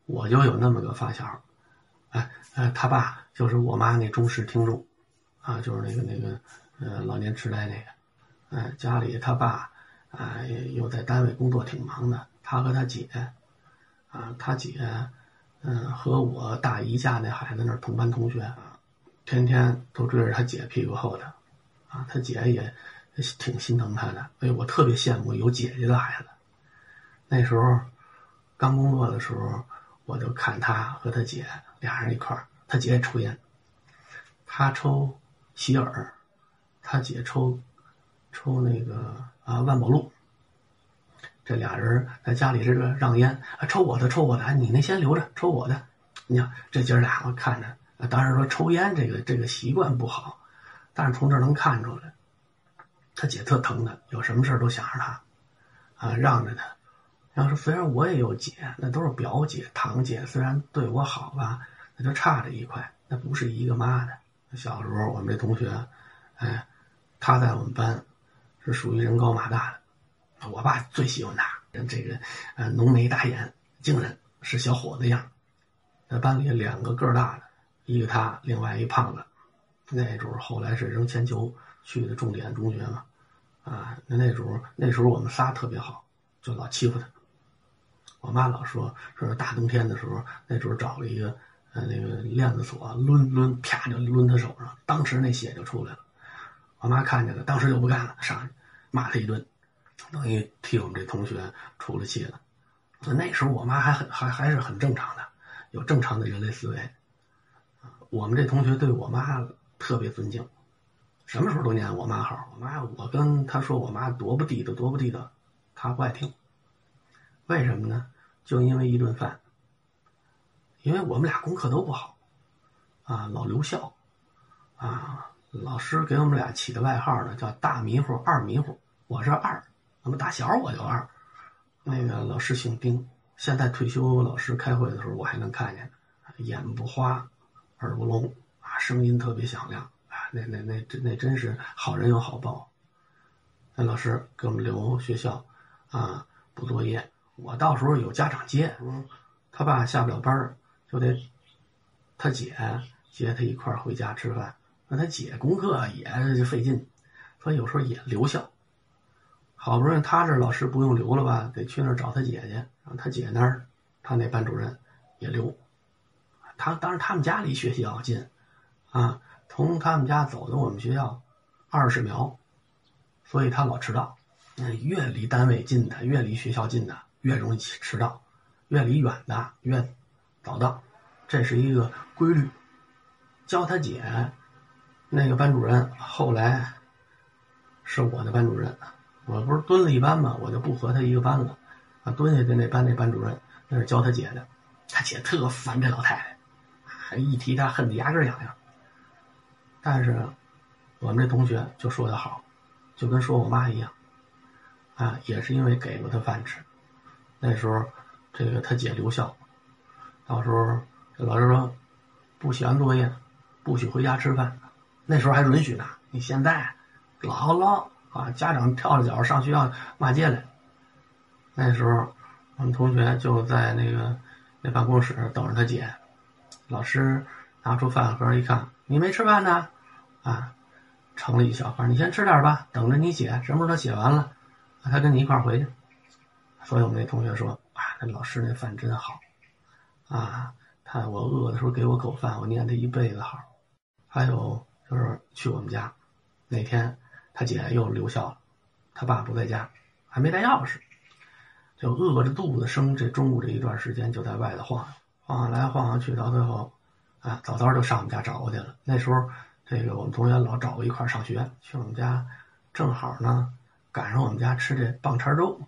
我就有那么个发小，他爸就是我妈那忠实听众，就是那个老年痴呆那个，家里他爸又在单位工作挺忙的，他和他姐，他姐和我大姨家那孩子那同班同学天天都追着他姐屁股后头，他姐也挺心疼他的，所以我特别羡慕有姐姐的孩子。那时候刚工作的时候，我就看他和他姐俩人一块儿，他姐也抽烟，他抽喜尔，他姐抽那个万宝路。这俩人在家里这个让烟，抽我的，你那先留着，抽我的。你看这姐俩我看着，当然说抽烟这个习惯不好，但是从这能看出来，他姐特疼他，有什么事都想着他，让着他。要是虽然我也有姐，那都是表姐堂姐，虽然对我好吧，那就差这一块，那不是一个妈的。小时候我们这同学，他在我们班是属于人高马大的，我爸最喜欢他，这个浓眉大眼，精神，是小伙子样。在班里2个个大的，一个他，另外一胖子。那时候后来是扔铅球去的重点中学嘛，那时候我们仨特别好，就老欺负他。我妈老说大冬天的时候，那时候找了一个那个链子锁，啪就抡他手上，当时那血就出来了。我妈看见了，当时就不干了，上去骂他一顿，等于替我们这同学出了气了。那时候我妈还是很正常的，有正常的人类思维。我们这同学对我妈特别尊敬，什么时候都念我妈好。我跟他说我妈多不地道，他不爱听。为什么呢？就因为一顿饭，因为我们俩功课都不好，老留校，老师给我们俩起的外号呢叫大迷糊、二迷糊，我是2，那么打小我就2。那个老师姓丁，现在退休老师开会的时候我还能看见，眼不花，耳不聋，声音特别响亮，那真是好人有好报。那老师给我们留学校补作业，我到时候有家长接，他爸下不了班就得他姐接他一块儿回家吃饭。那他姐功课也费劲，所以有时候也留校。好不容易他这老师不用留了吧，得去那儿找他姐姐，然后他姐那儿他那班主任也留。当然他们家离学校近从他们家走到我们学校20秒，所以他老迟到。越离单位近的，越离学校近的越容易迟到，越离远的越早到，这是一个规律。教他姐那个班主任后来是我的班主任，我不是蹲了一班吗？我就不和他一个班了，蹲下的那班主任那是教他姐的，他姐特烦这老太太，一提他恨得牙根痒痒。但是我们这同学就说得好，就跟说我妈一样，也是因为给过他饭吃。那时候这个他姐留校，到时候这老师说不写完作业不许回家吃饭，那时候还允许呢。你现在老家长跳着脚上学校骂街来。那时候我们同学就在那办公室等着他姐，老师拿出饭盒一看，你没吃饭呢，盛了一小块，你先吃点吧，等着你姐，什么时候他写完了，他跟你一块回去。所以我们那同学说，那老师那饭真好，我饿的时候给我口饭，我念他一辈子好。还有就是去我们家那天，他姐又留校了，他爸不在家，还没带钥匙，就饿着肚子生这中午这一段时间就在外头晃来晃去，到最后早早就上我们家找我去了。那时候这个我们同学老找我一块上学，去我们家正好呢赶上我们家吃这棒碴粥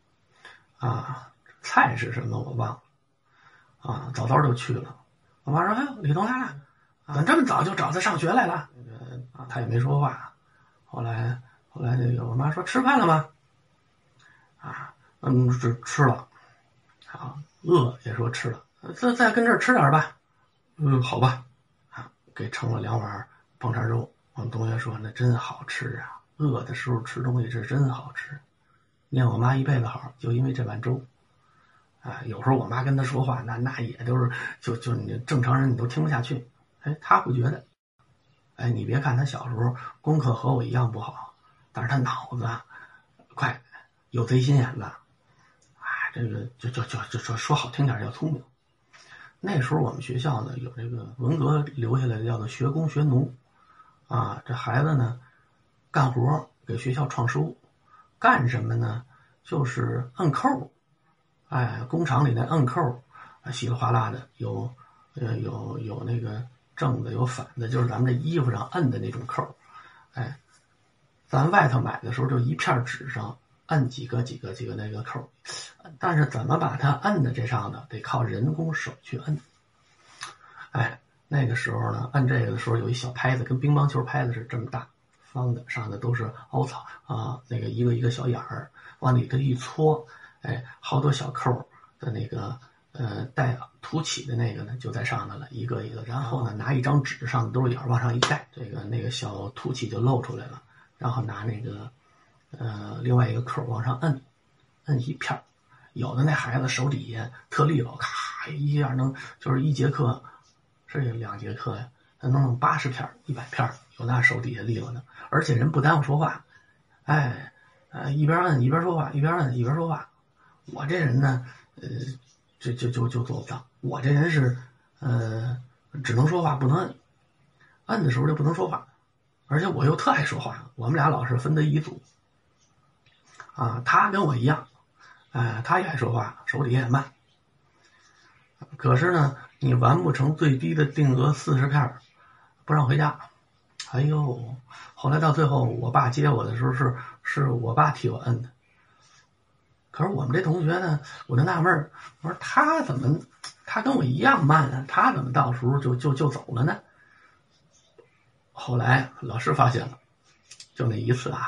菜是什么我忘了早早就去了。我妈说李东来了，怎么这么早就找他上学来了？他也没说话。后来那个我妈说吃饭了吗？吃了。饿也说吃了，再跟这儿吃点吧。好吧。给盛了2碗棒碴粥。我们同学说那真好吃啊，饿的时候吃东西是真好吃。念我妈一辈子好，就因为这碗粥。 有时候我妈跟他说话，那也都是就你正常人你都听不下去，他不觉得。你别看他小时候功课和我一样不好，但是他脑子快，有贼心眼子，这个就说好听点叫聪明。那时候我们学校呢有这个文革留下来的叫做学工学奴，这孩子呢干活给学校创收，干什么呢？就是摁扣，工厂里那摁扣，稀里哗啦的，有那个正的有反的，就是咱们这衣服上摁的那种扣，咱外头买的时候就一片纸上摁几个那个扣，但是怎么把它摁的这上的，得靠人工手去摁。那个时候呢，摁这个的时候有一小拍子，跟乒乓球拍子是这么大，方的，上的都是凹槽那个一个一个小眼儿，往里头一搓，好多小扣的那个带凸起的那个呢就在上头了，一个一个，然后呢拿一张纸上的都是眼儿往上一盖，那个小凸起就露出来了，然后拿那个另外一个扣往上摁一片，有的那孩子手底下特利落，咔一下能就是一节课是2节课呀，能弄80片100片，有那手底下利落的，而且人不耽误说话，一边摁一边说话，一边摁一边说话。我这人呢就做不到，我这人是只能说话不能摁，摁的时候就不能说话，而且我又特爱说话，我们俩老是分得一组他跟我一样，他也爱说话，手底下也慢，可是呢你完不成最低的定额40片不让回家。后来到最后我爸接我的时候是我爸替我摁的。可是我们这同学呢，我就纳闷，我说他跟我一样慢啊，他怎么到时候就走了呢？后来老师发现了，就那一次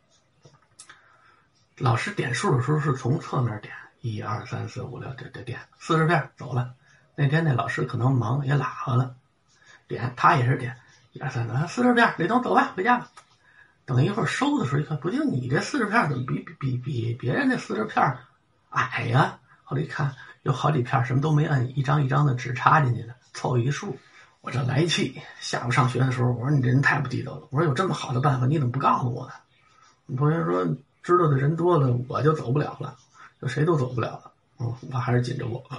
老师点数的时候是从侧面点1、2、3、4、5、6这点40片走了。那天那老师可能忙也拉和了，他也是点1、2、3、4、40片，李东走吧，回家吧。等一会儿收的时候一看，不就你这40片怎么比别人那40片矮呀？后来一看有好几片什么都没摁，一张一张的纸插进去的，凑一数。我这来气，下午上学的时候我说你这人太不地道了，我说有这么好的办法你怎么不告诉我呢？你同学说知道的人多了我就走不了了，就谁都走不了了。我还是紧着我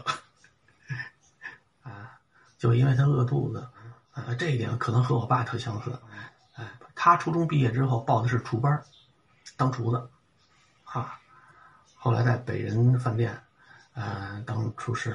就因为他饿肚子这一点可能和我爸特相似。他初中毕业之后报的是厨班，当厨子后来在北人饭店当厨师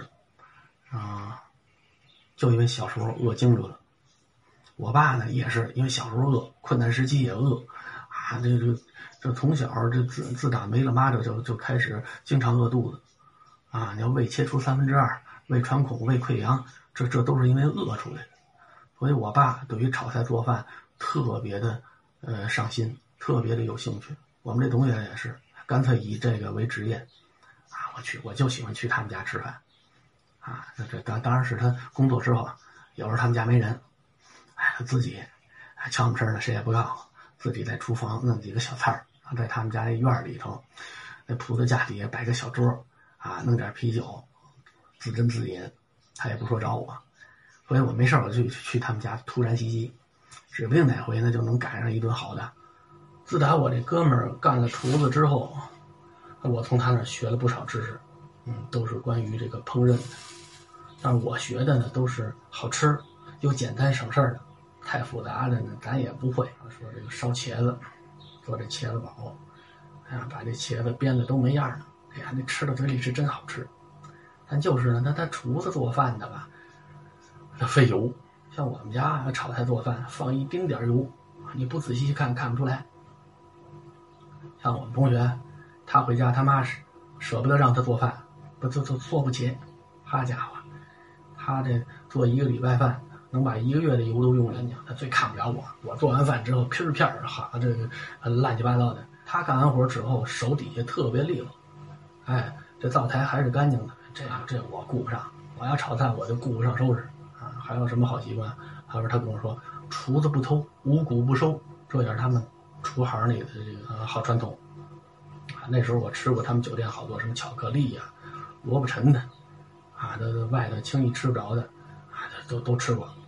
就因为小时候饿精着了。我爸呢也是因为小时候饿，困难时期也饿这从小这自打没了妈就开始经常饿肚子你要胃切除2/3，胃穿孔，胃溃疡，这都是因为饿出来的。所以我爸对于炒菜做饭特别的上心，特别的有兴趣。我们这同学也是干脆以这个为职业我就喜欢去他们家吃饭这当然是他工作之后有时候他们家没人他自己悄没声的谁也不告诉，自己在厨房弄几个小菜在他们家那院里头那铺子架底下摆个小桌弄点啤酒自斟自饮，他也不说找我。所以我没事我就去他们家突然袭击，指不定哪回呢就能赶上一顿好的。自打我这哥们儿干了厨子之后，我从他那儿学了不少知识都是关于这个烹饪的。但是我学的呢都是好吃又简单省事儿的，太复杂的呢咱也不会。说这个烧茄子，做这茄子煲，把这茄子煸的都没样了，那吃到嘴里是真好吃。但就是呢他厨子做饭的吧，它费油，像我们家炒菜做饭放一丁点油，你不仔细看不出来。像我们同学，他回家他妈舍不得让他做饭，做不起。好家伙，他这做1个礼拜饭能把1个月的油都用干净。他最看不了我做完饭之后片这个乱七八糟的。他干完活之后手底下特别利落，这灶台还是干净的。这我顾不上，我要炒菜我就顾不上收拾还有什么好习惯？还有他跟我说，厨子不偷，五谷不收，这也是他们厨行里的这个好传统那时候我吃过他们酒店好多什么巧克力萝卜陈的，啊，这外头轻易吃不着的，啊，都吃过。